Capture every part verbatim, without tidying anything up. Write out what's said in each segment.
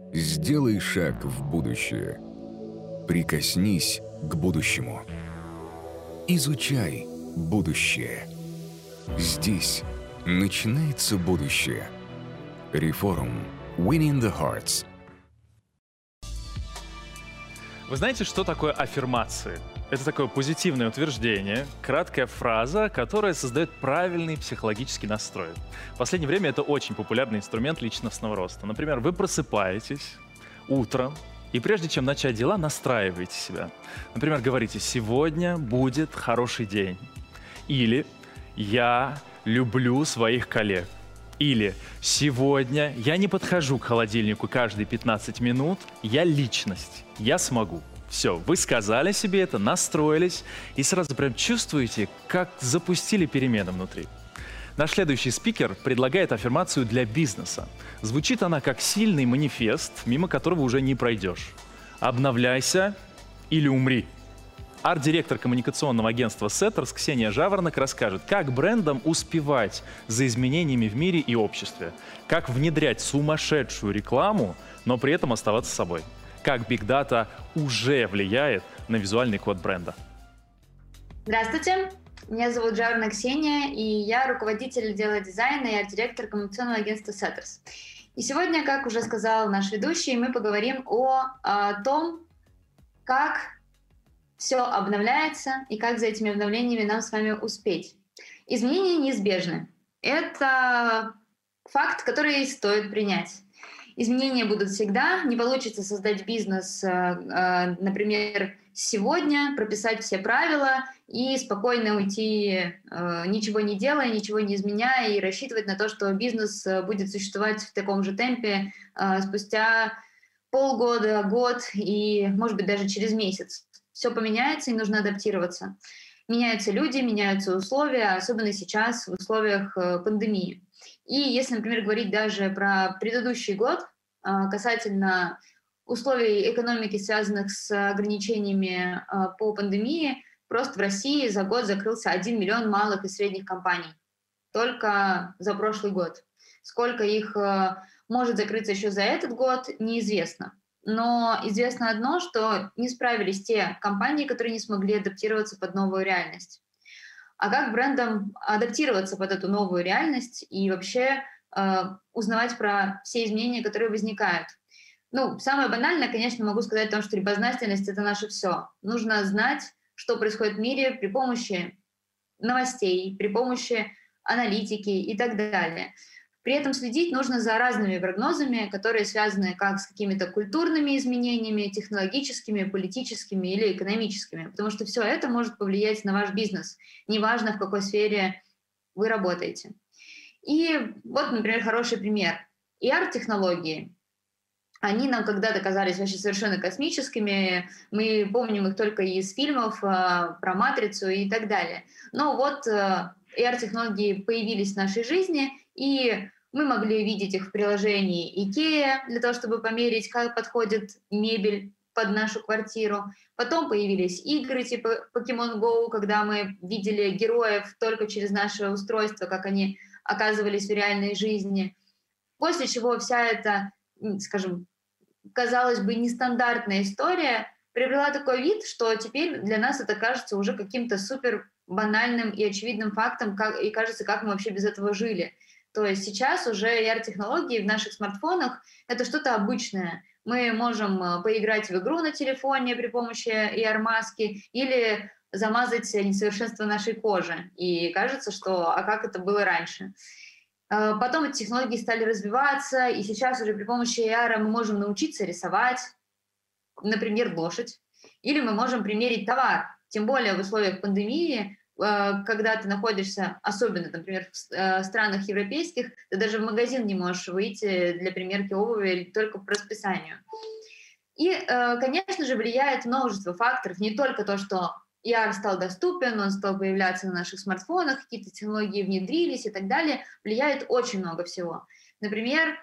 Сделай шаг в будущее. Прикоснись к будущему. Изучай будущее. Здесь начинается будущее. Reforum. Winning the Hearts. Вы знаете, что такое аффирмации? Это такое позитивное утверждение, краткая фраза, которая создает правильный психологический настрой. В последнее время это очень популярный инструмент личностного роста. Например, вы просыпаетесь утром, и прежде чем начать дела, настраиваете себя. Например, говорите: «Сегодня будет хороший день». Или «Я люблю своих коллег». Или «Сегодня я не подхожу к холодильнику каждые пятнадцать минут, я личность, я смогу». Все, вы сказали себе это, настроились, и сразу прям чувствуете, как запустили перемены внутри. Наш следующий спикер предлагает аффирмацию для бизнеса. Звучит она как сильный манифест, мимо которого уже не пройдешь. «Обновляйся или умри». Арт-директор коммуникационного агентства Setters Ксения Жаворонок расскажет, как брендам успевать за изменениями в мире и обществе, как внедрять сумасшедшую рекламу, но при этом оставаться собой, как Big Data уже влияет на визуальный код бренда. Здравствуйте, меня зовут Жаворонок Ксения, и я руководитель отдела дизайна и арт-директор коммуникационного агентства Setters. И сегодня, как уже сказал наш ведущий, мы поговорим о, о том, как все обновляется и как за этими обновлениями нам с вами успеть. Изменения неизбежны. Это факт, который стоит принять. Изменения будут всегда. Не получится создать бизнес, например, сегодня, прописать все правила и спокойно уйти, ничего не делая, ничего не изменяя, и рассчитывать на то, что бизнес будет существовать в таком же темпе спустя полгода, год и, может быть, даже через месяц. Все поменяется, и нужно адаптироваться. Меняются люди, меняются условия, особенно сейчас в условиях пандемии. И если, например, говорить даже про предыдущий год, касательно условий экономики, связанных с ограничениями по пандемии, просто в России за год закрылся один миллион малых и средних компаний. Только за прошлый год. Сколько их может закрыться еще за этот год, неизвестно. Но известно одно, что не справились те компании, которые не смогли адаптироваться под новую реальность. А как брендам адаптироваться под эту новую реальность и вообще э, узнавать про все изменения, которые возникают? Ну, самое банальное, конечно, могу сказать о том, что любознательность — это наше все. Нужно знать, что происходит в мире при помощи новостей, при помощи аналитики и так далее. При этом следить нужно за разными прогнозами, которые связаны как с какими-то культурными изменениями, технологическими, политическими или экономическими, потому что все это может повлиять на ваш бизнес, неважно, в какой сфере вы работаете. И вот, например, хороший пример. и ар-технологии. Они нам когда-то казались вообще совершенно космическими, мы помним их только из фильмов э, про «Матрицу» и так далее. Но вот э, и ар-технологии появились в нашей жизни, и мы могли видеть их в приложении IKEA для того, чтобы померить, как подходит мебель под нашу квартиру. Потом появились игры типа Pokemon Go, когда мы видели героев только через наше устройство, как они оказывались в реальной жизни. После чего вся эта, скажем, казалось бы, нестандартная история приобрела такой вид, что теперь для нас это кажется уже каким-то супер банальным и очевидным фактом, как, и кажется, как мы вообще без этого жили. То есть сейчас уже и ар-технологии в наших смартфонах — это что-то обычное. Мы можем поиграть в игру на телефоне при помощи и ар-маски или замазать несовершенство нашей кожи. И кажется, что а как это было раньше? Потом эти технологии стали развиваться, и сейчас уже при помощи и ар мы можем научиться рисовать, например, лошадь, или мы можем примерить товар. Тем более в условиях пандемии, когда ты находишься, особенно, например, в странах европейских, ты даже в магазин не можешь выйти для примерки обуви только по расписанию. И, конечно же, влияет множество факторов, не только то, что и ар стал доступен, он стал появляться на наших смартфонах, какие-то технологии внедрились и так далее. Влияет очень много всего. Например,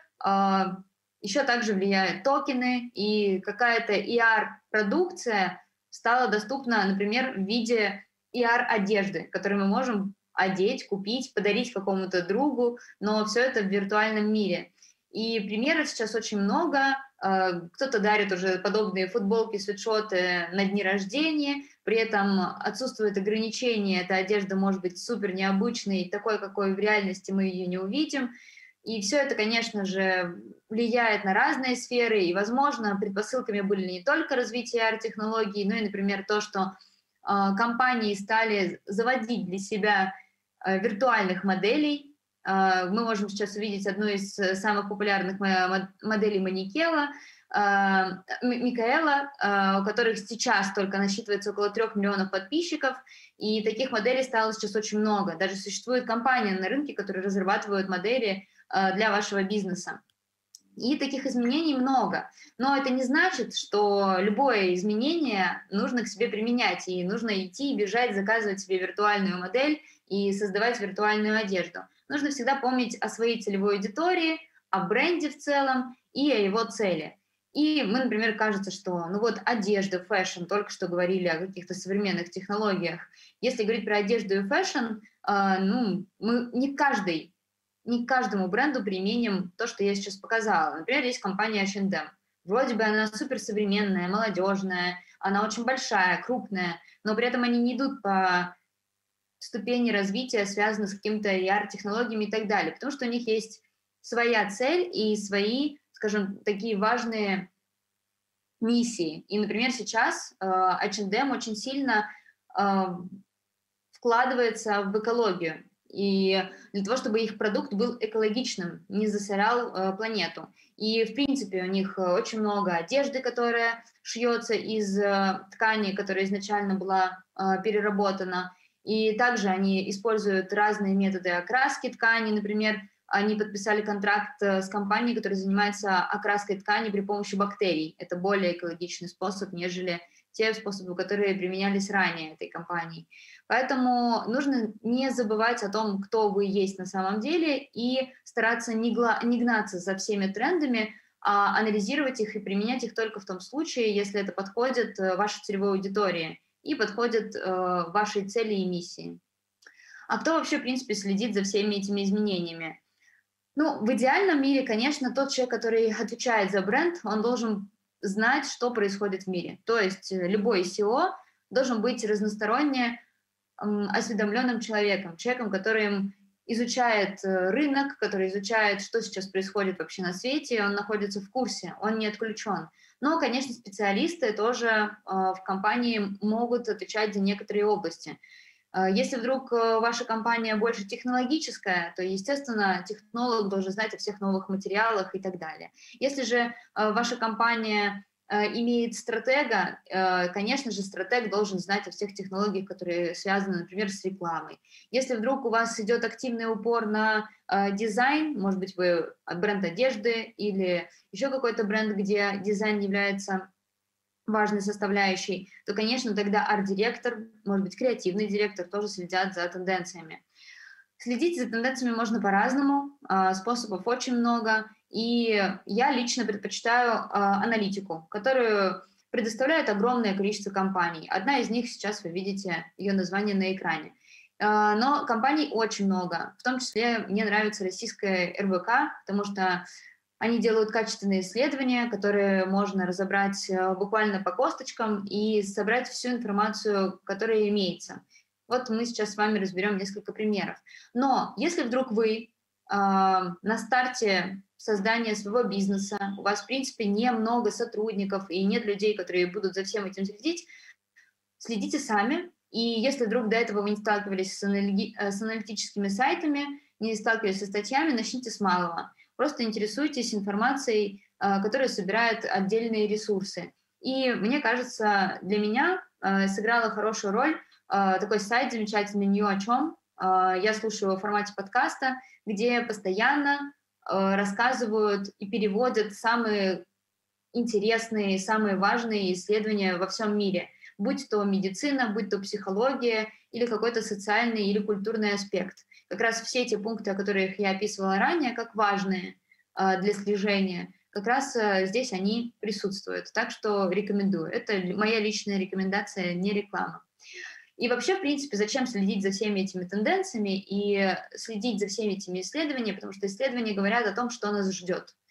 еще также влияют токены, и какая-то и ар-продукция стала доступна, например, в виде и ар-одежды, которую мы можем одеть, купить, подарить какому-то другу, но все это в виртуальном мире. И примеров сейчас очень много. Кто-то дарит уже подобные футболки, свитшоты на дни рождения, при этом отсутствует ограничение, эта одежда может быть супер необычной, такой, какой в реальности мы ее не увидим. И все это, конечно же, влияет на разные сферы, и, возможно, предпосылками были не только развитие эй ар-технологий, но и, например, то, что э, компании стали заводить для себя э, виртуальных моделей. Э, мы можем сейчас увидеть одну из самых популярных моделей Манекела, э, Микаэла, э, у которых сейчас только насчитывается около трех миллионов подписчиков, и таких моделей стало сейчас очень много. Даже существует компания на рынке, которые разрабатывают модели для вашего бизнеса. И таких изменений много. Но это не значит, что любое изменение нужно к себе применять, и нужно идти и бежать, заказывать себе виртуальную модель и создавать виртуальную одежду. Нужно всегда помнить о своей целевой аудитории, о бренде в целом и о его цели. И мы, например, кажется, что ну вот одежда, фэшн, только что говорили о каких-то современных технологиях. Если говорить про одежду и фэшн, э, ну, мы не каждый не к каждому бренду применим то, что я сейчас показала. Например, есть компания эйч энд эм. Вроде бы она суперсовременная, молодежная, она очень большая, крупная, но при этом они не идут по ступени развития, связанных с какими-то эй ар-технологиями и так далее, потому что у них есть своя цель и свои, скажем, такие важные миссии. И, например, сейчас э, эйч энд эм очень сильно э, вкладывается в экологию. И для того, чтобы их продукт был экологичным, не засорял э, планету. И, в принципе, у них очень много одежды, которая шьется из э, ткани, которая изначально была э, переработана. И также они используют разные методы окраски ткани. Например, они подписали контракт с компанией, которая занимается окраской ткани при помощи бактерий. Это более экологичный способ, нежели те способы, которые применялись ранее этой компанией. Поэтому нужно не забывать о том, кто вы есть на самом деле, и стараться не, гла- не гнаться за всеми трендами, а анализировать их и применять их только в том случае, если это подходит вашей целевой аудитории и подходит э, вашей цели и миссии. А кто вообще, в принципе, следит за всеми этими изменениями? Ну, в идеальном мире, конечно, тот человек, который отвечает за бренд, он должен знать, что происходит в мире. То есть любой си и о должен быть разносторонне эм, осведомленным человеком, человеком, который изучает рынок, который изучает, что сейчас происходит вообще на свете, он находится в курсе, он не отключен. Но, конечно, специалисты тоже э, в компании могут отвечать за некоторые области. Если вдруг ваша компания больше технологическая, то, естественно, технолог должен знать о всех новых материалах и так далее. Если же ваша компания имеет стратега, конечно же, стратег должен знать о всех технологиях, которые связаны, например, с рекламой. Если вдруг у вас идет активный упор на дизайн, может быть, вы бренд одежды или еще какой-то бренд, где дизайн является важной составляющей, то, конечно, тогда арт-директор, может быть, креативный директор тоже следят за тенденциями. Следить за тенденциями можно по-разному, способов очень много, и я лично предпочитаю аналитику, которую предоставляет огромное количество компаний. Одна из них сейчас вы видите ее название на экране. Но компаний очень много, в том числе мне нравится российская эр бэ ка, потому что они делают качественные исследования, которые можно разобрать буквально по косточкам и собрать всю информацию, которая имеется. Вот мы сейчас с вами разберем несколько примеров. Но если вдруг вы э, на старте создания своего бизнеса, у вас, в принципе, немного сотрудников и нет людей, которые будут за всем этим следить, следите сами. И если вдруг до этого вы не сталкивались с, анали... с аналитическими сайтами, не сталкивались со статьями, начните с малого. Просто интересуйтесь информацией, которую собирают отдельные ресурсы. И мне кажется, для меня сыграла хорошую роль такой сайт замечательный «Нью о чем». Я слушаю его в формате подкаста, где постоянно рассказывают и переводят самые интересные, самые важные исследования во всем мире. Будь то медицина, будь то психология или какой-то социальный или культурный аспект. Как раз все эти пункты, о которых я описывала ранее, как важные э, для слежения, как раз э, здесь они присутствуют. Так что рекомендую. Это моя личная рекомендация, не реклама. И вообще, в принципе, зачем следить за всеми этими тенденциями и следить за всеми этими исследованиями, потому что исследования говорят о том, что нас ждет.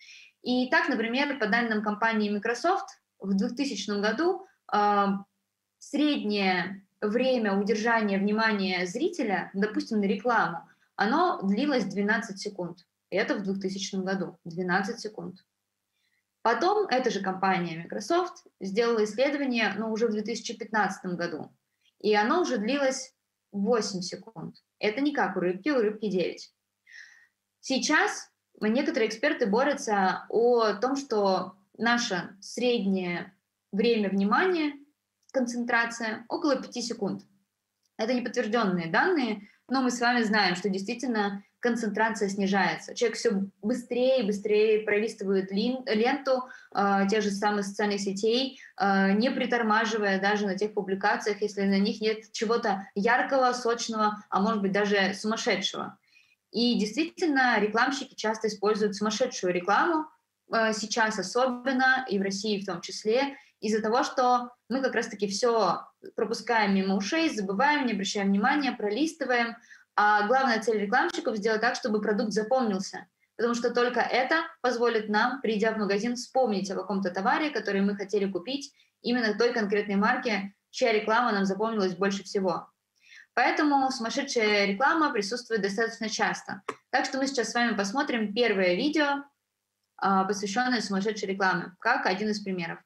И так, например, по данным компании Microsoft, в двухтысячном году э, среднее время удержания внимания зрителя, допустим, на рекламу, оно длилось двенадцать секунд. Это в двухтысячном году, двенадцать секунд. Потом эта же компания Microsoft сделала исследование, но уже в две тысячи пятнадцатом году, и оно уже длилось восемь секунд. Это не как у рыбки, у рыбки девять. Сейчас некоторые эксперты борются о том, что наше среднее время внимания, концентрация, около пяти секунд. Это неподтвержденные данные, но мы с вами знаем, что действительно концентрация снижается. Человек все быстрее и быстрее пролистывает ленту э, тех же самых социальных сетей, э, не притормаживая даже на тех публикациях, если на них нет чего-то яркого, сочного, а может быть даже сумасшедшего. И действительно, рекламщики часто используют сумасшедшую рекламу, э, сейчас особенно, и в России в том числе, из-за того, что мы как раз-таки все пропускаем мимо ушей, забываем, не обращаем внимания, пролистываем. А главная цель рекламщиков — сделать так, чтобы продукт запомнился. Потому что только это позволит нам, придя в магазин, вспомнить о каком-то товаре, который мы хотели купить, именно той конкретной марки, чья реклама нам запомнилась больше всего. Поэтому сумасшедшая реклама присутствует достаточно часто. Так что мы сейчас с вами посмотрим первое видео, посвященное сумасшедшей рекламе, как один из примеров.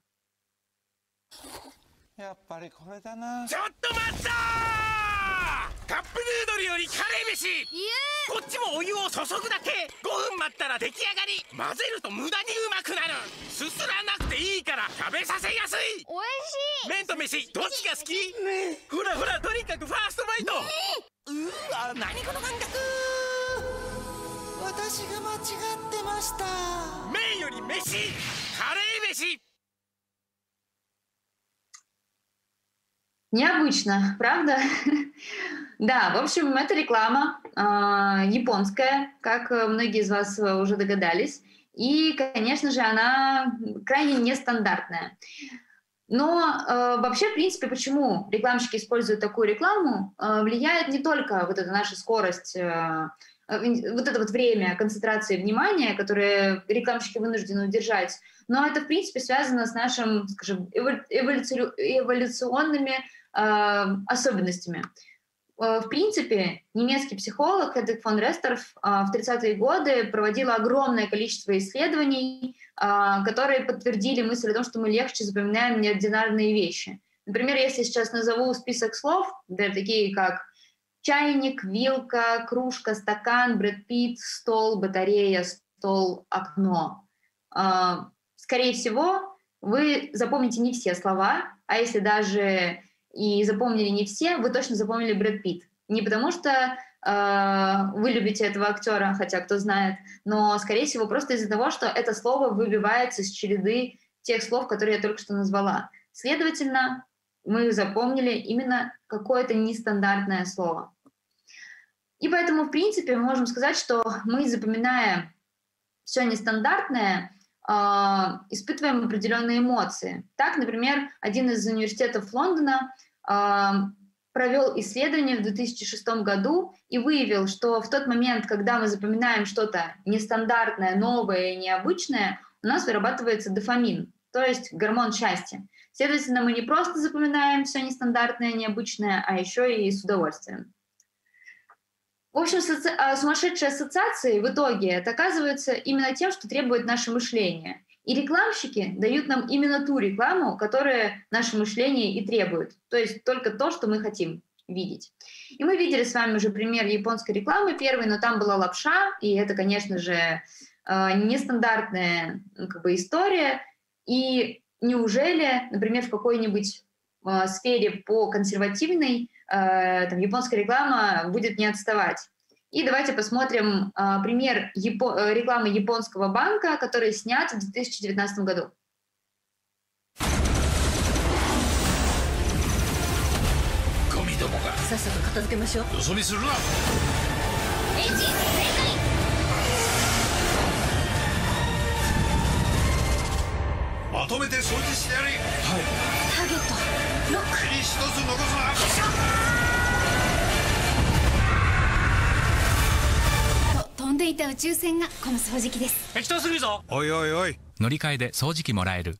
やっぱりこれだな。 ちょっと待ったー！カップヌードルよりカレー飯。いえ。こっちもお湯を注ぐだけ。ごふん待ったら出来上がり。混ぜると無駄にうまくなる。すすらなくていいから食べさせやすい。おいしい。麺と飯どっちが好き？ね。ほらほらとにかくファーストバイト。ね。うわ何この感覚。 私が間違ってました。 麺より飯。カレー飯。 Необычно, правда? Да, в общем, это реклама э, японская, как многие из вас уже догадались. И, конечно же, она крайне нестандартная. Но э, вообще, в принципе, почему рекламщики используют такую рекламу, э, влияет не только вот эта наша скорость, э, вот это вот время концентрации внимания, которое рекламщики вынуждены удержать, но это, в принципе, связано с нашим, скажем, эволюци... эволюционными э, особенностями. Э, в принципе, немецкий психолог Хедвиг фон Ресторф э, в тридцатые годы проводил огромное количество исследований, э, которые подтвердили мысль о том, что мы легче запоминаем неординарные вещи. Например, если сейчас назову список слов, да, такие как чайник, вилка, кружка, стакан, Брэд Питт, стол, батарея, стол, окно. Э, Скорее всего, вы запомните не все слова, а если даже и запомнили не все, вы точно запомнили Брэд Питт. Не потому что э, вы любите этого актера, хотя кто знает, но, скорее всего, просто из-за того, что это слово выбивается из череды тех слов, которые я только что назвала. Следовательно, мы запомнили именно какое-то нестандартное слово. И поэтому, в принципе, мы можем сказать, что мы, запоминая все нестандартное, испытываем определенные эмоции. Так, например, один из университетов Лондона э, провел исследование в две тысячи шестом году и выявил, что в тот момент, когда мы запоминаем что-то нестандартное, новое и необычное, у нас вырабатывается дофамин, то есть гормон счастья. Следовательно, мы не просто запоминаем все нестандартное, необычное, а еще и с удовольствием. В общем, соци... сумасшедшие ассоциации в итоге это оказывается именно тем, что требует наше мышление. И рекламщики дают нам именно ту рекламу, которая наше мышление и требует. То есть только то, что мы хотим видеть. И мы видели с вами уже пример японской рекламы первый, но там была лапша, и это, конечно же, нестандартная, ну, как бы история. И неужели, например, в какой-нибудь сфере по консервативной там, японская реклама будет не отставать. И давайте посмотрим э, пример япо- рекламы японского банка, который снят в две тысячи девятнадцатом году. ていた宇宙船がこの掃除機です。 適当すぎるぞ。 おいおいおい。 乗り換えで掃除機もらえる。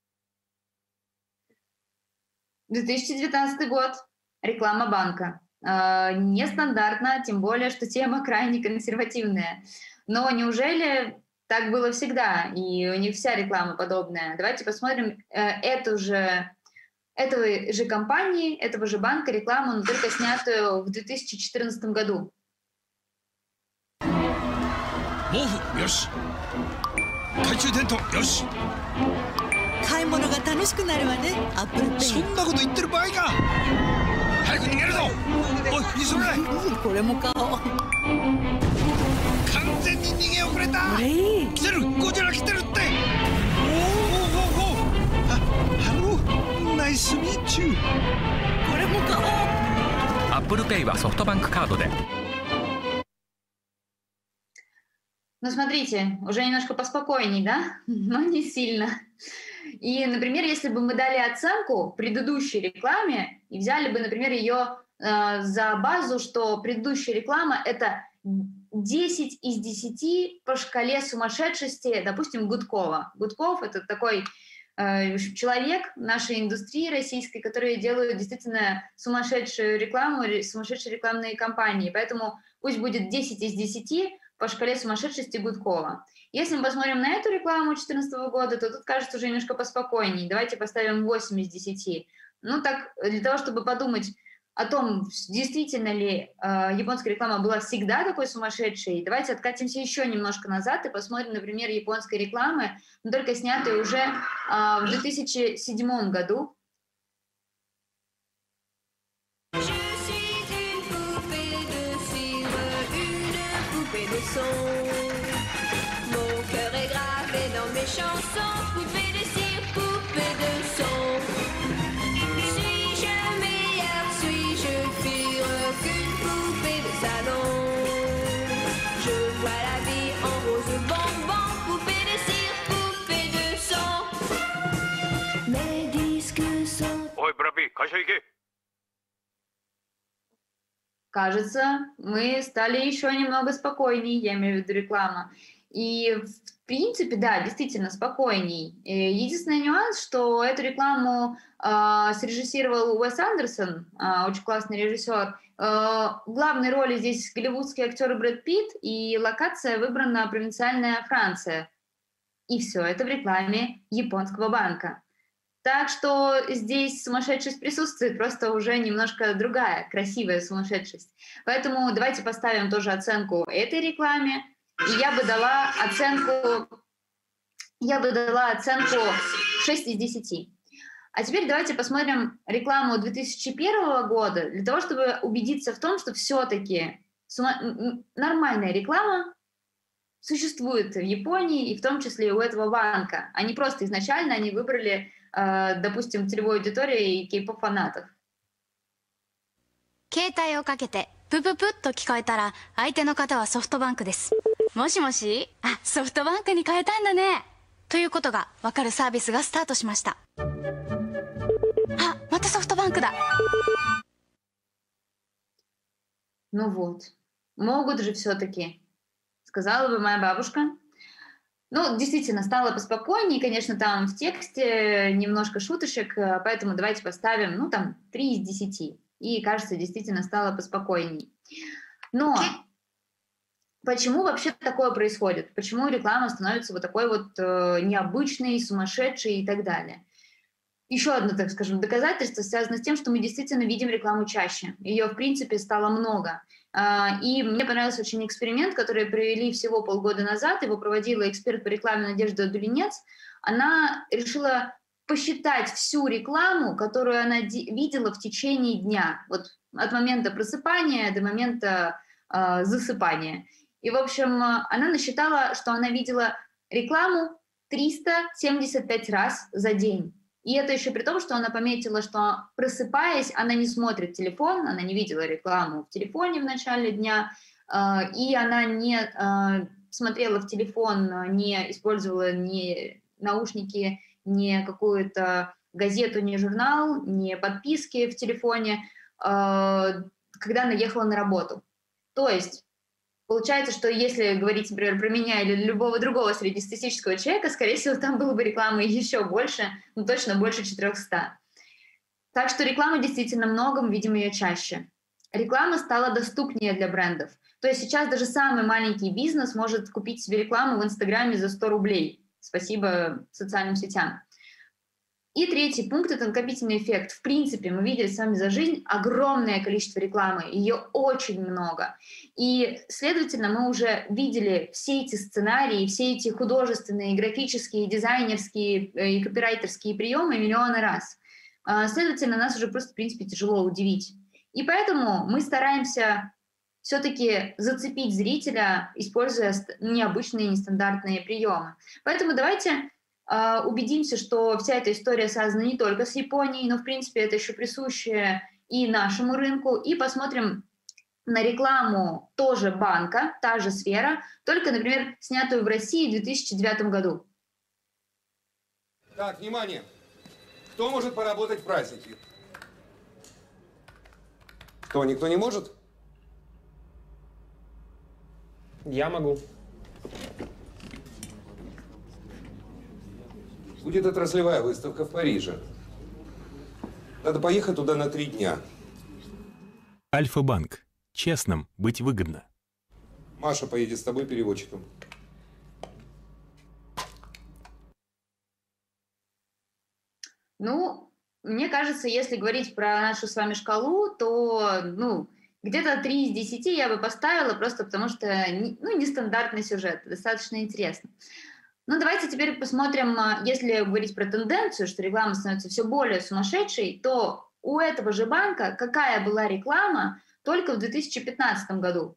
две тысячи девятнадцатый год. Реклама банка. Э, нестандартно, тем более, что тема крайне консервативная. Но неужели так было всегда, и у них вся реклама подобная? Давайте посмотрим э, эту же, этого же компании, этого же банка рекламу, но только снятую в две тысячи четырнадцатом году. 毛布よし。懐中電灯よし。 買い物が楽しくなるわね、アップルペイ。 そんなこと言ってる場合か。早く逃げるぞ。おい、急がない。 これも買おう。 完全に逃げ遅れた。来てる、ゴジラ来てるって。おおおおおお。あ、ハロー、ナイスミーチュー。 これも買おう。 アップルペイはソフトバンクカードで。 Ну, смотрите, уже немножко поспокойней, да? Но не сильно. И, например, если бы мы дали оценку предыдущей рекламе и взяли бы, например, ее э, за базу, что предыдущая реклама — это десять из десяти по шкале сумасшедшести, допустим, Гудкова. Гудков — это такой э, человек в нашей индустрии российской, который делает действительно сумасшедшую рекламу, сумасшедшие рекламные кампании. Поэтому пусть будет десять из десяти по шкале сумасшедшести Гудкова. Если мы посмотрим на эту рекламу две тысячи четырнадцатого года, то тут кажется уже немножко поспокойнее. Давайте поставим восемь из десяти. Ну так, для того, чтобы подумать о том, действительно ли э, японская реклама была всегда такой сумасшедшей, давайте откатимся еще немножко назад и посмотрим, например, японской рекламы, но только снятой уже э, в две тысячи седьмом году. Mon cœur est gravé dans mes chansons, poupée de cire, poupée de son. Suis-je meilleure, suis-je pire qu'une poupée de salon? Je vois la vie en rose bonbon, poupée de cire, poupée de son. Mes disques sont... Ой, браби, кашай иди. Кажется, мы стали еще немного спокойней, я имею в виду реклама. И, в принципе, да, действительно спокойней. Единственный нюанс, что эту рекламу э, срежиссировал Уэс Андерсон, э, очень классный режиссер. Э, в главной роли здесь голливудский актер Брэд Питт, и локация выбрана провинциальная Франция. И все это в рекламе японского банка. Так что здесь сумасшедшесть присутствует, просто уже немножко другая, красивая сумасшедшесть. Поэтому давайте поставим тоже оценку этой рекламе. И я бы дала оценку, я бы дала оценку шесть из десяти. А теперь давайте посмотрим рекламу две тысячи первого года, для того, чтобы убедиться в том, что все-таки сума... нормальная реклама существует в Японии, и в том числе у этого банка. А не просто изначально они выбрали, допустим, целевую аудиторию и кей-поп-фанатов. 携帯をかけてプププッと聞こえたら相手の方はソフトバンクです。もしもし、あ、ソフトバンクに変えたんだねということが分かるサービスがスタートしました。あ、またソフトバンクだ。 Ну вот, могут же все-таки, сказала бы моя бабушка. Ну, действительно, стало поспокойнее, конечно, там в тексте немножко шуточек, поэтому давайте поставим, ну, там, три из десяти. И, кажется, действительно стало поспокойней. Но почему вообще такое происходит? Почему реклама становится вот такой вот э, необычной, сумасшедшей и так далее? Еще одно, так скажем, доказательство связано с тем, что мы действительно видим рекламу чаще. Ее, в принципе, стало много. И мне понравился очень эксперимент, который провели всего полгода назад. Его проводила эксперт по рекламе Надежда Дулинец. Она решила посчитать всю рекламу, которую она видела в течение дня. Вот от момента просыпания до момента э, засыпания. И, в общем, она насчитала, что она видела рекламу триста семьдесят пять раз за день. И это еще при том, что она пометила, что, просыпаясь, она не смотрит телефон, она не видела рекламу в телефоне в начале дня, э, и она не э, смотрела в телефон, не использовала ни наушники, ни какую-то газету, ни журнал, ни подписки в телефоне, э, когда она ехала на работу. То есть Получается, что если говорить, например, про меня или любого другого среднестатистического человека, скорее всего, там было бы рекламы еще больше, ну точно больше четырехсот. Так что рекламы действительно много, мы видим ее чаще. Реклама стала доступнее для брендов. То есть сейчас даже самый маленький бизнес может купить себе рекламу в Инстаграме за сто рублей. Спасибо социальным сетям. И третий пункт – это накопительный эффект. В принципе, мы видели с вами за жизнь огромное количество рекламы, ее очень много. И, следовательно, мы уже видели все эти сценарии, все эти художественные, графические, дизайнерские и копирайтерские приемы миллионы раз. Следовательно, нас уже просто, в принципе, тяжело удивить. И поэтому мы стараемся все-таки зацепить зрителя, используя необычные, нестандартные приемы. Поэтому давайте э, убедимся, что вся эта история связана не только с Японией, но, в принципе, это еще присуще и нашему рынку, и посмотрим на рекламу тоже банка, та же сфера, только, например, снятую в России в две тысячи девятом году. Так, внимание! Кто может поработать в праздники? Что, никто не может? Я могу. Будет отраслевая выставка в Париже. Надо поехать туда на три дня. Альфа-банк. Честным быть выгодно. Маша поедет с тобой переводчиком. Ну, мне кажется, если говорить про нашу с вами шкалу, то, ну, где-то три из десяти я бы поставила, просто потому что, ну, нестандартный сюжет, достаточно интересно. Ну, давайте теперь посмотрим, если говорить про тенденцию, что реклама становится все более сумасшедшей, то у этого же банка какая была реклама только в две тысячи пятнадцатом году?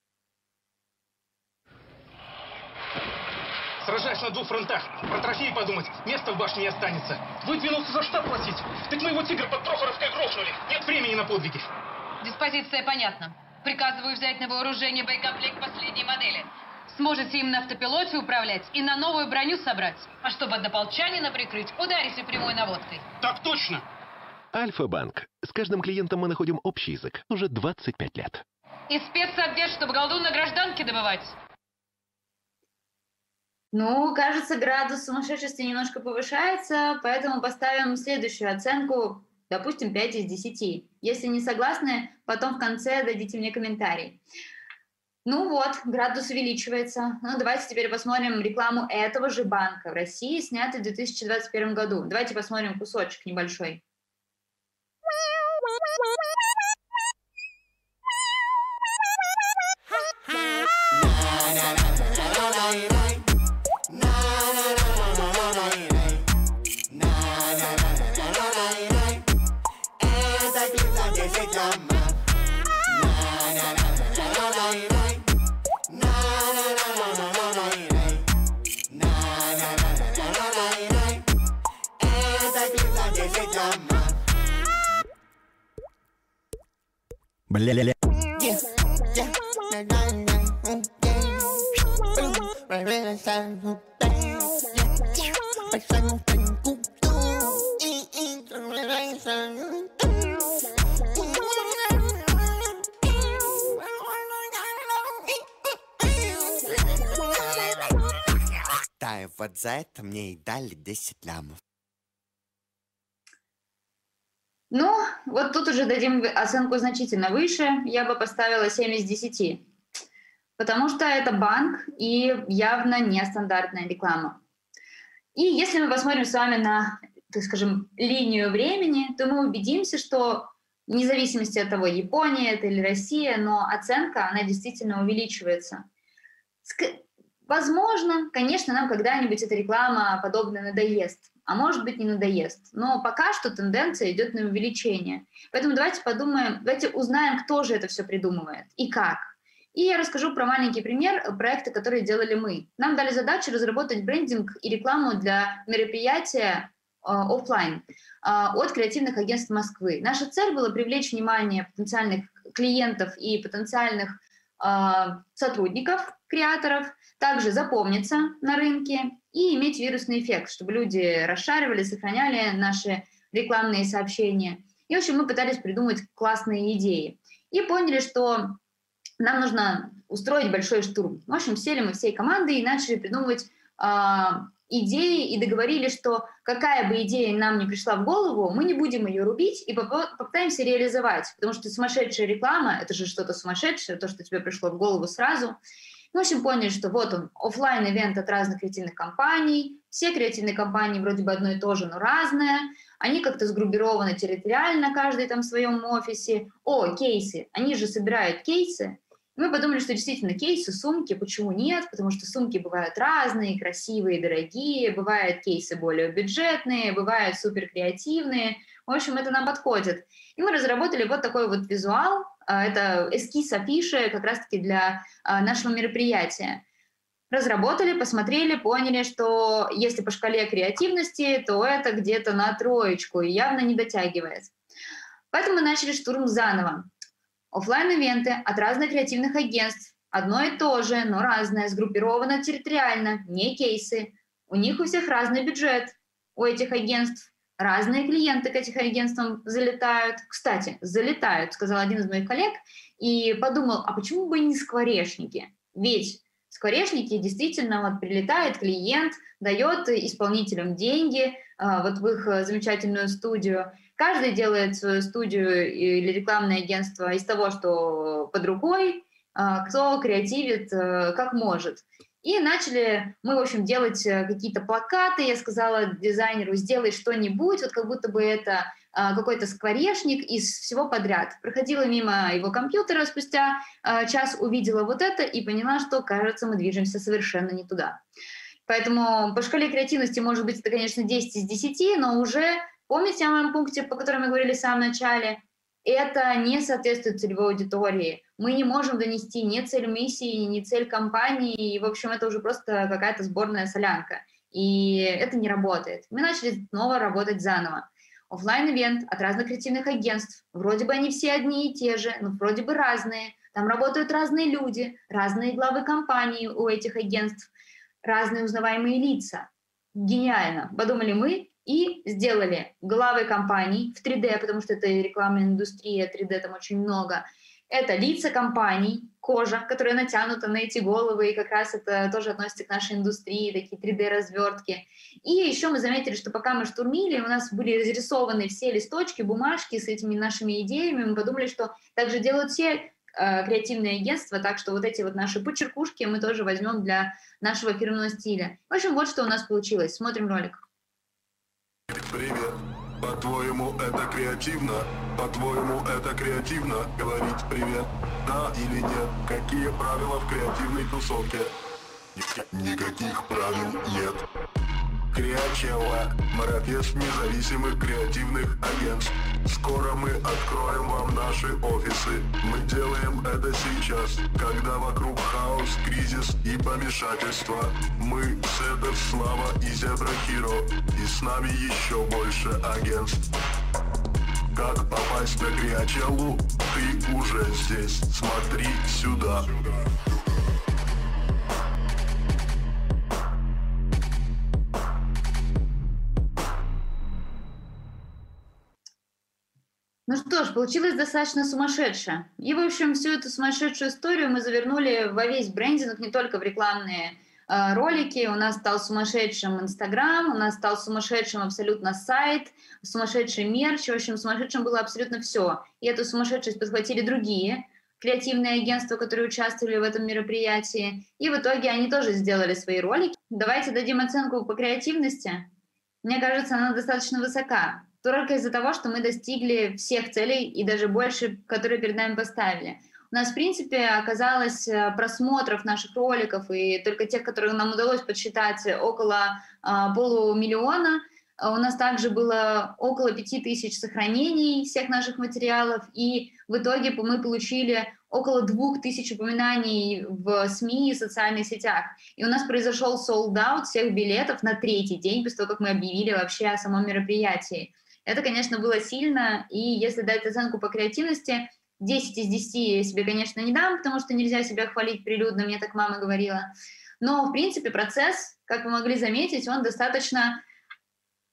Сражаюсь на двух фронтах. Про трофеи подумать. Места в башне не останется. Выдвинулся за штаб платить. Так мы его тигр под Прохоровкой грохнули. Нет времени на подвиги. Диспозиция понятна. Приказываю взять на вооружение боекомплект последней модели. Сможете им на автопилоте управлять и на новую броню собрать. А чтобы однополчанина прикрыть, ударите прямой наводкой. Так точно. Альфа-банк. С каждым клиентом мы находим общий язык. Уже двадцать пять лет. И спецотдел, чтобы голду на гражданке добывать. Ну, кажется, градус сумасшедшести немножко повышается, поэтому поставим следующую оценку, допустим, пять из десяти. Если не согласны, потом в конце дадите мне комментарий. Ну вот, градус увеличивается. Ну, давайте теперь посмотрим рекламу этого же банка в России, снятую в две тысячи двадцать первом году. Давайте посмотрим кусочек небольшой. Бля-ля-ля. Да, и вот за это мне и дали десять лямов. Ну, вот тут уже дадим оценку значительно выше. Я бы поставила семь из десяти. Потому что это банк и явно нестандартная реклама. И если мы посмотрим с вами на, так скажем, линию времени, то мы убедимся, что вне зависимости от того, Япония это или Россия, но оценка, она действительно увеличивается. Ск- Возможно, конечно, нам когда-нибудь эта реклама подобная надоест, а может быть не надоест. Но пока что тенденция идет на увеличение. Поэтому давайте подумаем, давайте узнаем, кто же это все придумывает и как. И я расскажу про маленький пример проекта, который делали мы. Нам дали задачу разработать брендинг и рекламу для мероприятия э, офлайн э, от креативных агентств Москвы. Наша цель была привлечь внимание потенциальных клиентов и потенциальных э, сотрудников, креаторов, также запомниться на рынке и иметь вирусный эффект, чтобы люди расшаривали, сохраняли наши рекламные сообщения. И, в общем, мы пытались придумать классные идеи. И поняли, что нам нужно устроить большой штурм. В общем, сели мы всей командой и начали придумывать э, идеи и договорились, что какая бы идея нам не пришла в голову, мы не будем ее рубить и попытаемся реализовать, потому что сумасшедшая реклама — это же что-то сумасшедшее, то, что тебе пришло в голову сразу. Мы, в общем, поняли, что вот он, офлайн-ивент от разных креативных компаний, все креативные компании вроде бы одно и то же, но разное, они как-то сгруппированы территориально, каждый там в своем офисе. О, кейсы, они же собирают кейсы. Мы подумали, что действительно кейсы, сумки, почему нет? Потому что сумки бывают разные, красивые, дорогие, бывают кейсы более бюджетные, бывают суперкреативные. В общем, это нам подходит. И мы разработали вот такой вот визуал. Это эскиз афиши как раз-таки для нашего мероприятия. Разработали, посмотрели, поняли, что если по шкале креативности, то это где-то на троечку и явно не дотягивает. Поэтому мы начали штурм заново. Оффлайн-ивенты от разных креативных агентств. Одно и то же, но разное, сгруппировано территориально, не кейсы. У них у всех разный бюджет. У этих агентств разные клиенты к этим агентствам залетают. Кстати, залетают, сказал один из моих коллег, и подумал, а почему бы не скворечники? Ведь скворечники действительно вот прилетает клиент, дает исполнителям деньги вот в их замечательную студию. Каждый делает свою студию или рекламное агентство из того, что под рукой, кто креативит как может. И начали мы, в общем, делать какие-то плакаты. Я сказала дизайнеру, сделай что-нибудь, вот как будто бы это какой-то скворечник из всего подряд. Проходила мимо его компьютера, спустя час увидела вот это и поняла, что, кажется, мы движемся совершенно не туда. Поэтому по шкале креативности, может быть, это, конечно, десять из десяти, но уже... Помните о моем пункте, по которому мы говорили в самом начале? Это не соответствует целевой аудитории. Мы не можем донести ни цель миссии, ни цель компании. И, в общем, это уже просто какая-то сборная солянка. И это не работает. Мы начали снова работать заново. Оффлайн-ивент от разных креативных агентств. Вроде бы они все одни и те же, но вроде бы разные. Там работают разные люди, разные главы компаний у этих агентств, разные узнаваемые лица. Гениально. Подумали мы. И сделали главы компаний в три дэ, потому что это рекламная индустрия, три дэ там очень много. Это лица компаний, кожа, которая натянута на эти головы, и как раз это тоже относится к нашей индустрии, такие три дэ-развертки. И еще мы заметили, что пока мы штурмили, у нас были разрисованы все листочки, бумажки с этими нашими идеями, мы подумали, что так же делают все э, креативные агентства, так что вот эти вот наши почеркушки мы тоже возьмем для нашего фирменного стиля. В общем, вот что у нас получилось. Смотрим ролик. Привет. По-твоему, это креативно? По-твоему, это креативно? Говорить привет, да или нет? Какие правила в креативной тусовке? Никаких правил нет. Креачелла, марафет независимых креативных агентств. Скоро мы откроем вам наши офисы. Мы делаем это сейчас, когда вокруг хаос, кризис и помешательство. Мы Седов, Слава и Зебра Хиро. И с нами еще больше агентств. Как попасть на Креачеллу? Ты уже здесь. Смотри сюда. Ну что ж, получилось достаточно сумасшедше. И, в общем, всю эту сумасшедшую историю мы завернули во весь брендинг, не только в рекламные э, ролики. У нас стал сумасшедшим Инстаграм, у нас стал сумасшедшим абсолютно сайт, сумасшедший мерч. В общем, сумасшедшим было абсолютно все. И эту сумасшедшесть подхватили другие креативные агентства, которые участвовали в этом мероприятии. И в итоге они тоже сделали свои ролики. Давайте дадим оценку по креативности. Мне кажется, она достаточно высока. Только из-за того, что мы достигли всех целей и даже больше, которые перед нами поставили. У нас, в принципе, оказалось просмотров наших роликов, и только тех, которые нам удалось подсчитать, около а, полумиллиона. У нас также было около пяти тысяч сохранений всех наших материалов, и в итоге мы получили около двух тысяч упоминаний в СМИ и социальных сетях. И у нас произошел sold-out всех билетов на третий день, после того, как мы объявили вообще о самом мероприятии. Это, конечно, было сильно, и если дать оценку по креативности, десять из десяти я себе, конечно, не дам, потому что нельзя себя хвалить прилюдно, мне так мама говорила. Но, в принципе, процесс, как вы могли заметить, он достаточно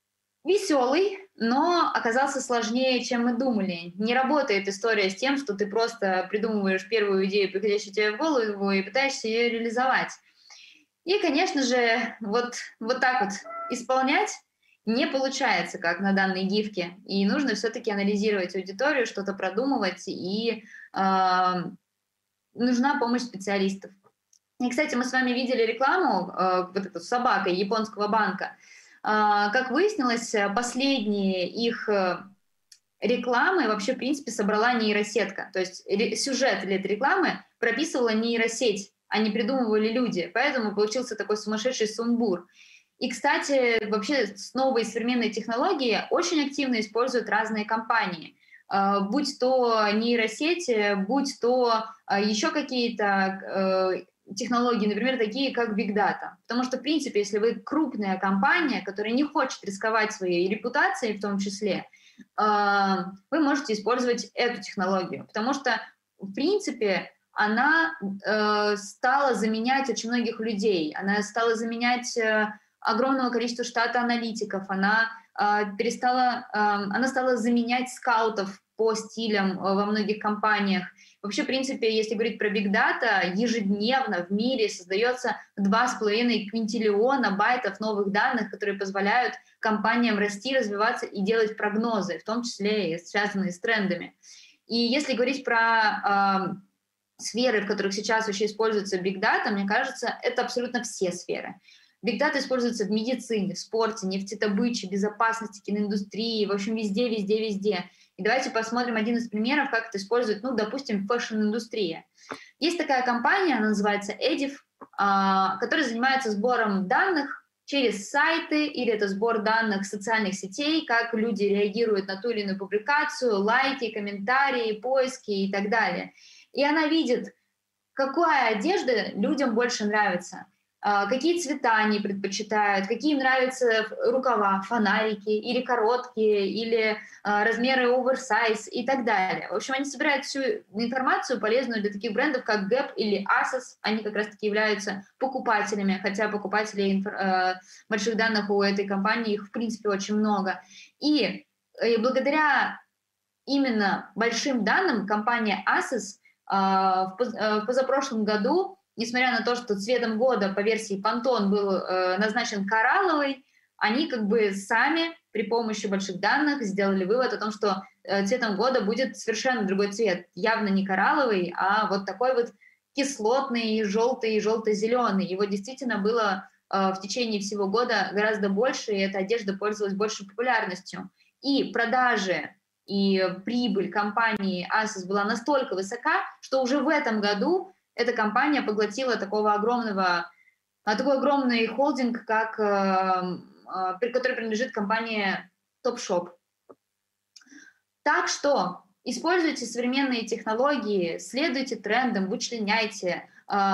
веселый, но оказался сложнее, чем мы думали. Не работает история с тем, что ты просто придумываешь первую идею, приходящую тебе в голову, и пытаешься ее реализовать. И, конечно же, вот, вот так вот исполнять не получается, как на данной гифке. И нужно все-таки анализировать аудиторию, что-то продумывать, и э, нужна помощь специалистов. И, кстати, мы с вами видели рекламу э, вот эту с собакой японского банка. Э, как выяснилось, последние их э, рекламы вообще, в принципе, собрала нейросетка. То есть сюжет для этой рекламы прописывала нейросеть, а не придумывали люди. Поэтому получился такой сумасшедший сумбур. И, кстати, вообще с новой современной технологией очень активно используют разные компании. Будь то нейросети, будь то еще какие-то технологии, например, такие как Big Data. Потому что, в принципе, если вы крупная компания, которая не хочет рисковать своей репутацией в том числе, вы можете использовать эту технологию. Потому что, в принципе, она стала заменять очень многих людей. Она стала заменять огромного количества штата аналитиков, она э, перестала, э, она стала заменять скаутов по стилям э, во многих компаниях. Вообще, в принципе, если говорить про Big Data, ежедневно в мире создается два с половиной квинтиллиона байтов новых данных, которые позволяют компаниям расти, развиваться и делать прогнозы, в том числе и связанные с трендами. И если говорить про э, сферы, в которых сейчас вообще используется Big Data, мне кажется, это абсолютно все сферы. Big Data используется в медицине, в спорте, нефтедобыче, безопасности, киноиндустрии, в общем, везде, везде, везде. И давайте посмотрим один из примеров, как это использует, ну, допустим, фэшн-индустрия. Есть такая компания, она называется Edif, которая занимается сбором данных через сайты, или это сбор данных социальных сетей, как люди реагируют на ту или иную публикацию, лайки, комментарии, поиски и так далее. И она видит, какая одежда людям больше нравится, какие цвета они предпочитают, какие им нравятся рукава, фонарики, или короткие, или размеры оверсайз и так далее. В общем, они собирают всю информацию, полезную для таких брендов, как гэп или Asos. Они как раз-таки являются покупателями, хотя покупателей больших данных у этой компании, их в принципе очень много. И, и благодаря именно большим данным компания Asos в позапрошлом году, несмотря на то, что цветом года по версии Pantone был э, назначен коралловый, они как бы сами при помощи больших данных сделали вывод о том, что э, цветом года будет совершенно другой цвет. Явно не коралловый, а вот такой вот кислотный, желтый, желто-зеленый. Его действительно было э, в течение всего года гораздо больше, и эта одежда пользовалась большей популярностью. И продажи и прибыль компании Asos была настолько высока, что уже в этом году эта компания поглотила такого огромного, такой огромный холдинг, как, который принадлежит компании Topshop. Так что используйте современные технологии, следуйте трендам, вычленяйте,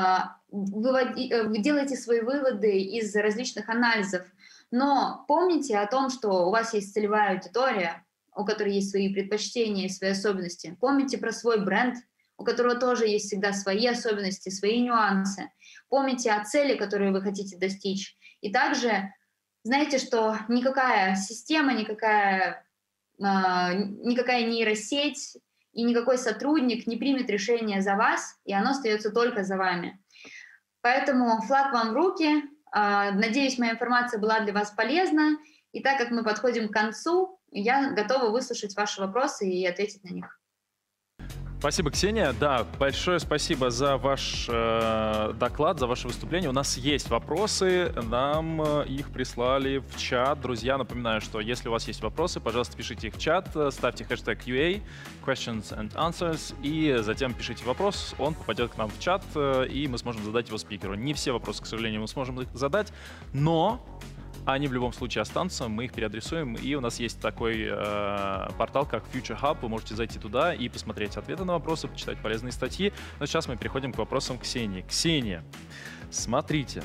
делайте свои выводы из различных анализов. Но помните о том, что у вас есть целевая аудитория, у которой есть свои предпочтения и свои особенности. Помните про свой бренд, у которого тоже есть всегда свои особенности, свои нюансы. Помните о цели, которую вы хотите достичь. И также знайте, что никакая система, никакая, э, никакая нейросеть и никакой сотрудник не примет решение за вас, и оно остается только за вами. Поэтому флаг вам в руки. Э, надеюсь, моя информация была для вас полезна. И так как мы подходим к концу, я готова выслушать ваши вопросы и ответить на них. Спасибо, Ксения. Да, большое спасибо за ваш э, доклад, за ваше выступление. У нас есть вопросы, нам э, их прислали в чат. Друзья, напоминаю, что если у вас есть вопросы, пожалуйста, пишите их в чат, ставьте хэштег ю эй, questions and answers, и затем пишите вопрос, он попадет к нам в чат, э, и мы сможем задать его спикеру. Не все вопросы, к сожалению, мы сможем их задать, но они в любом случае останутся, мы их переадресуем, и у нас есть такой э, портал, как Future Hub, вы можете зайти туда и посмотреть ответы на вопросы, почитать полезные статьи. Но сейчас мы переходим к вопросам Ксении. Ксения, смотрите,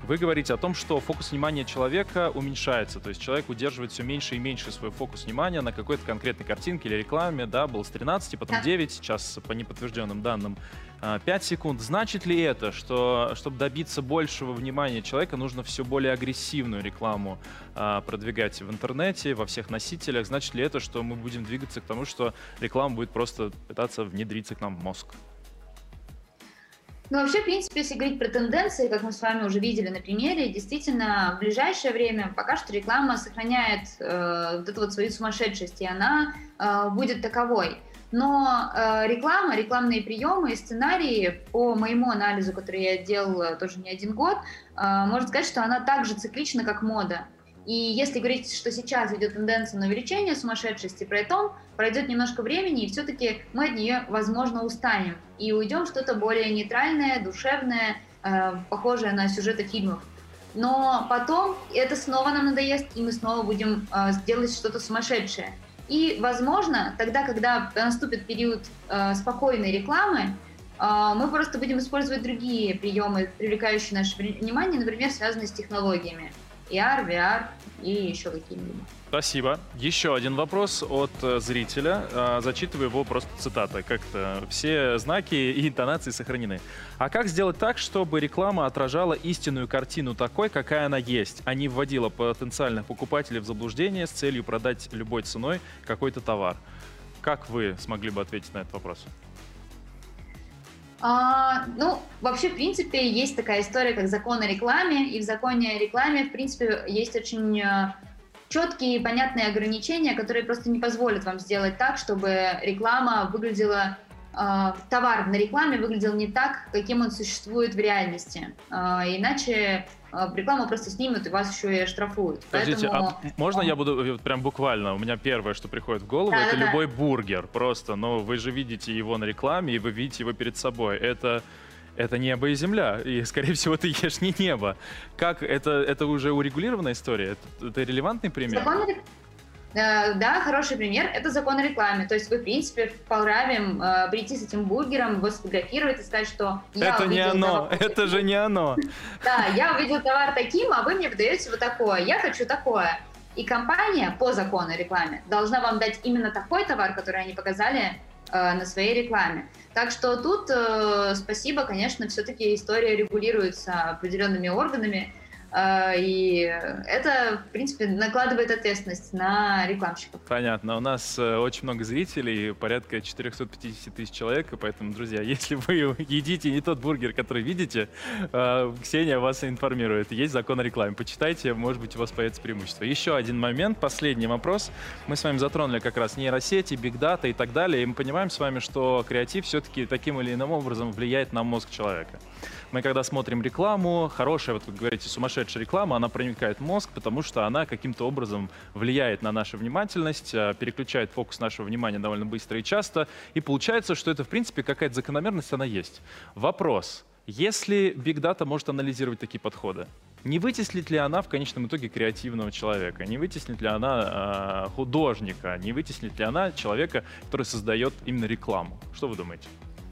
Вы говорите о том, что фокус внимания человека уменьшается, то есть человек удерживает все меньше и меньше свой фокус внимания на какой-то конкретной картинке или рекламе, да, был с тринадцати, потом девять, сейчас по неподтвержденным данным пять секунд. Значит ли это, что чтобы добиться большего внимания человека, нужно все более агрессивную рекламу а, продвигать в интернете, во всех носителях? Значит ли это, что мы будем двигаться к тому, что реклама будет просто пытаться внедриться к нам в мозг? Ну, вообще, в принципе, если говорить про тенденции, как мы с вами уже видели на примере, действительно, в ближайшее время пока что реклама сохраняет э, вот эту вот свою сумасшедшесть, и она э, будет таковой. Но э, реклама, рекламные приемы и сценарии, по моему анализу, который я делала тоже не один год, э, можно сказать, что она так же циклична, как мода. И если говорить, что сейчас идет тенденция на увеличение сумасшедшести, при этом пройдет немножко времени, и все-таки мы от нее, возможно, устанем. И уйдем в что-то более нейтральное, душевное, э, похожее на сюжеты фильмов. Но потом это снова нам надоест, и мы снова будем э, делать что-то сумасшедшее. И, возможно, тогда, когда наступит период э, спокойной рекламы, э, мы просто будем использовать другие приемы, привлекающие наше внимание, например, связанные с технологиями. и ар, ви ар и еще какие-нибудь. Спасибо. Еще один вопрос от э, зрителя. Э, зачитываю его просто цитатой. Как-то все знаки и интонации сохранены. А как сделать так, чтобы реклама отражала истинную картину такой, какая она есть, а не вводила потенциальных покупателей в заблуждение с целью продать любой ценой какой-то товар? Как вы смогли бы ответить на этот вопрос? А, ну, вообще, в принципе, есть такая история, как закон о рекламе, и в законе о рекламе, в принципе, есть очень четкие и понятные ограничения, которые просто не позволят вам сделать так, чтобы реклама выглядела, э, товар на рекламе выглядел не так, каким он существует в реальности. Э, иначе э, рекламу просто снимут и вас еще и оштрафуют. Подождите, Поэтому... а можно я буду прям буквально, у меня первое, что приходит в голову, да, это да, любой да. бургер просто, но вы же видите его на рекламе, и вы видите его перед собой. Это... Это небо и земля, и, скорее всего, ты ешь не небо. Как это, это уже урегулированная история? Это, это релевантный пример? Закон, э, да, хороший пример. Это закон о рекламе. То есть вы, в принципе, вправе э, прийти с этим бургером, его сфотографировать и сказать, что я это не оно, товар... это же не оно. Да, я увидел товар таким, а вы мне выдаете вот такое. Я хочу такое. И компания по закону о рекламе должна вам дать именно такой товар, который они показали э, на своей рекламе. Так что тут э, спасибо, конечно, все-таки история регулируется определенными органами, э, и это, в принципе, накладывает ответственность на рекламщиков. Понятно. У нас э, очень много зрителей, порядка четыреста пятьдесят тысяч человек, и поэтому, друзья, если вы едите не тот бургер, который видите, э, Ксения вас информирует. Есть закон о рекламе. Почитайте, может быть, у вас появится преимущество. Еще один момент, последний вопрос. Мы с вами затронули как раз нейросети, бигдата и так далее, и мы понимаем с вами, что креатив все-таки таким или иным образом влияет на мозг человека. Мы когда смотрим рекламу, хорошая, вот вы говорите, сумасшедшая реклама, она проникает в мозг, потому что она каким-то образом влияет на нашу внимательность, переключает фокус нашего внимания довольно быстро и часто, и получается, что это, в принципе, какая-то закономерность, она есть. Вопрос. Если Big Data может анализировать такие подходы, не вытеснит ли она в конечном итоге креативного человека? Не вытеснит ли она э, художника? Не вытеснит ли она человека, который создает именно рекламу? Что вы думаете?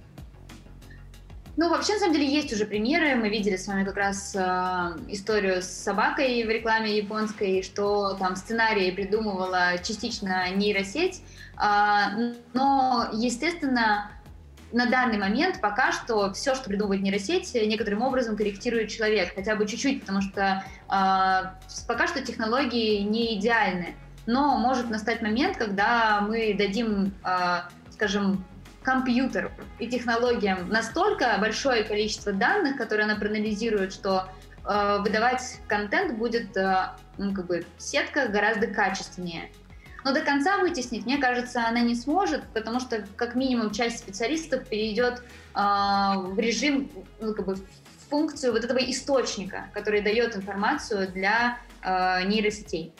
Ну, вообще, на самом деле, есть уже примеры. Мы видели с вами как раз э, историю с собакой в рекламе японской, что там сценарий придумывала частично нейросеть. Э, но, естественно, на данный момент пока что все, что придумывает нейросеть, некоторым образом корректирует человек, хотя бы чуть-чуть, потому что э, пока что технологии не идеальны. Но может настать момент, когда мы дадим, э, скажем, компьютеру и технологиям настолько большое количество данных, которые она проанализирует, что э, выдавать контент будет э, ну, как бы сетка гораздо качественнее. Но до конца вытеснить, мне кажется, она не сможет, потому что как минимум часть специалистов перейдет э, в режим, ну, как бы в функцию вот этого источника, который дает информацию для э, нейросетей.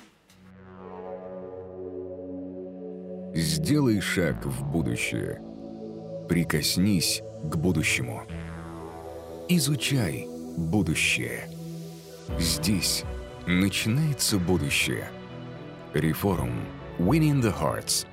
Сделай шаг в будущее. Прикоснись к будущему. Изучай будущее. Здесь начинается будущее. Reforum. Winning the Hearts.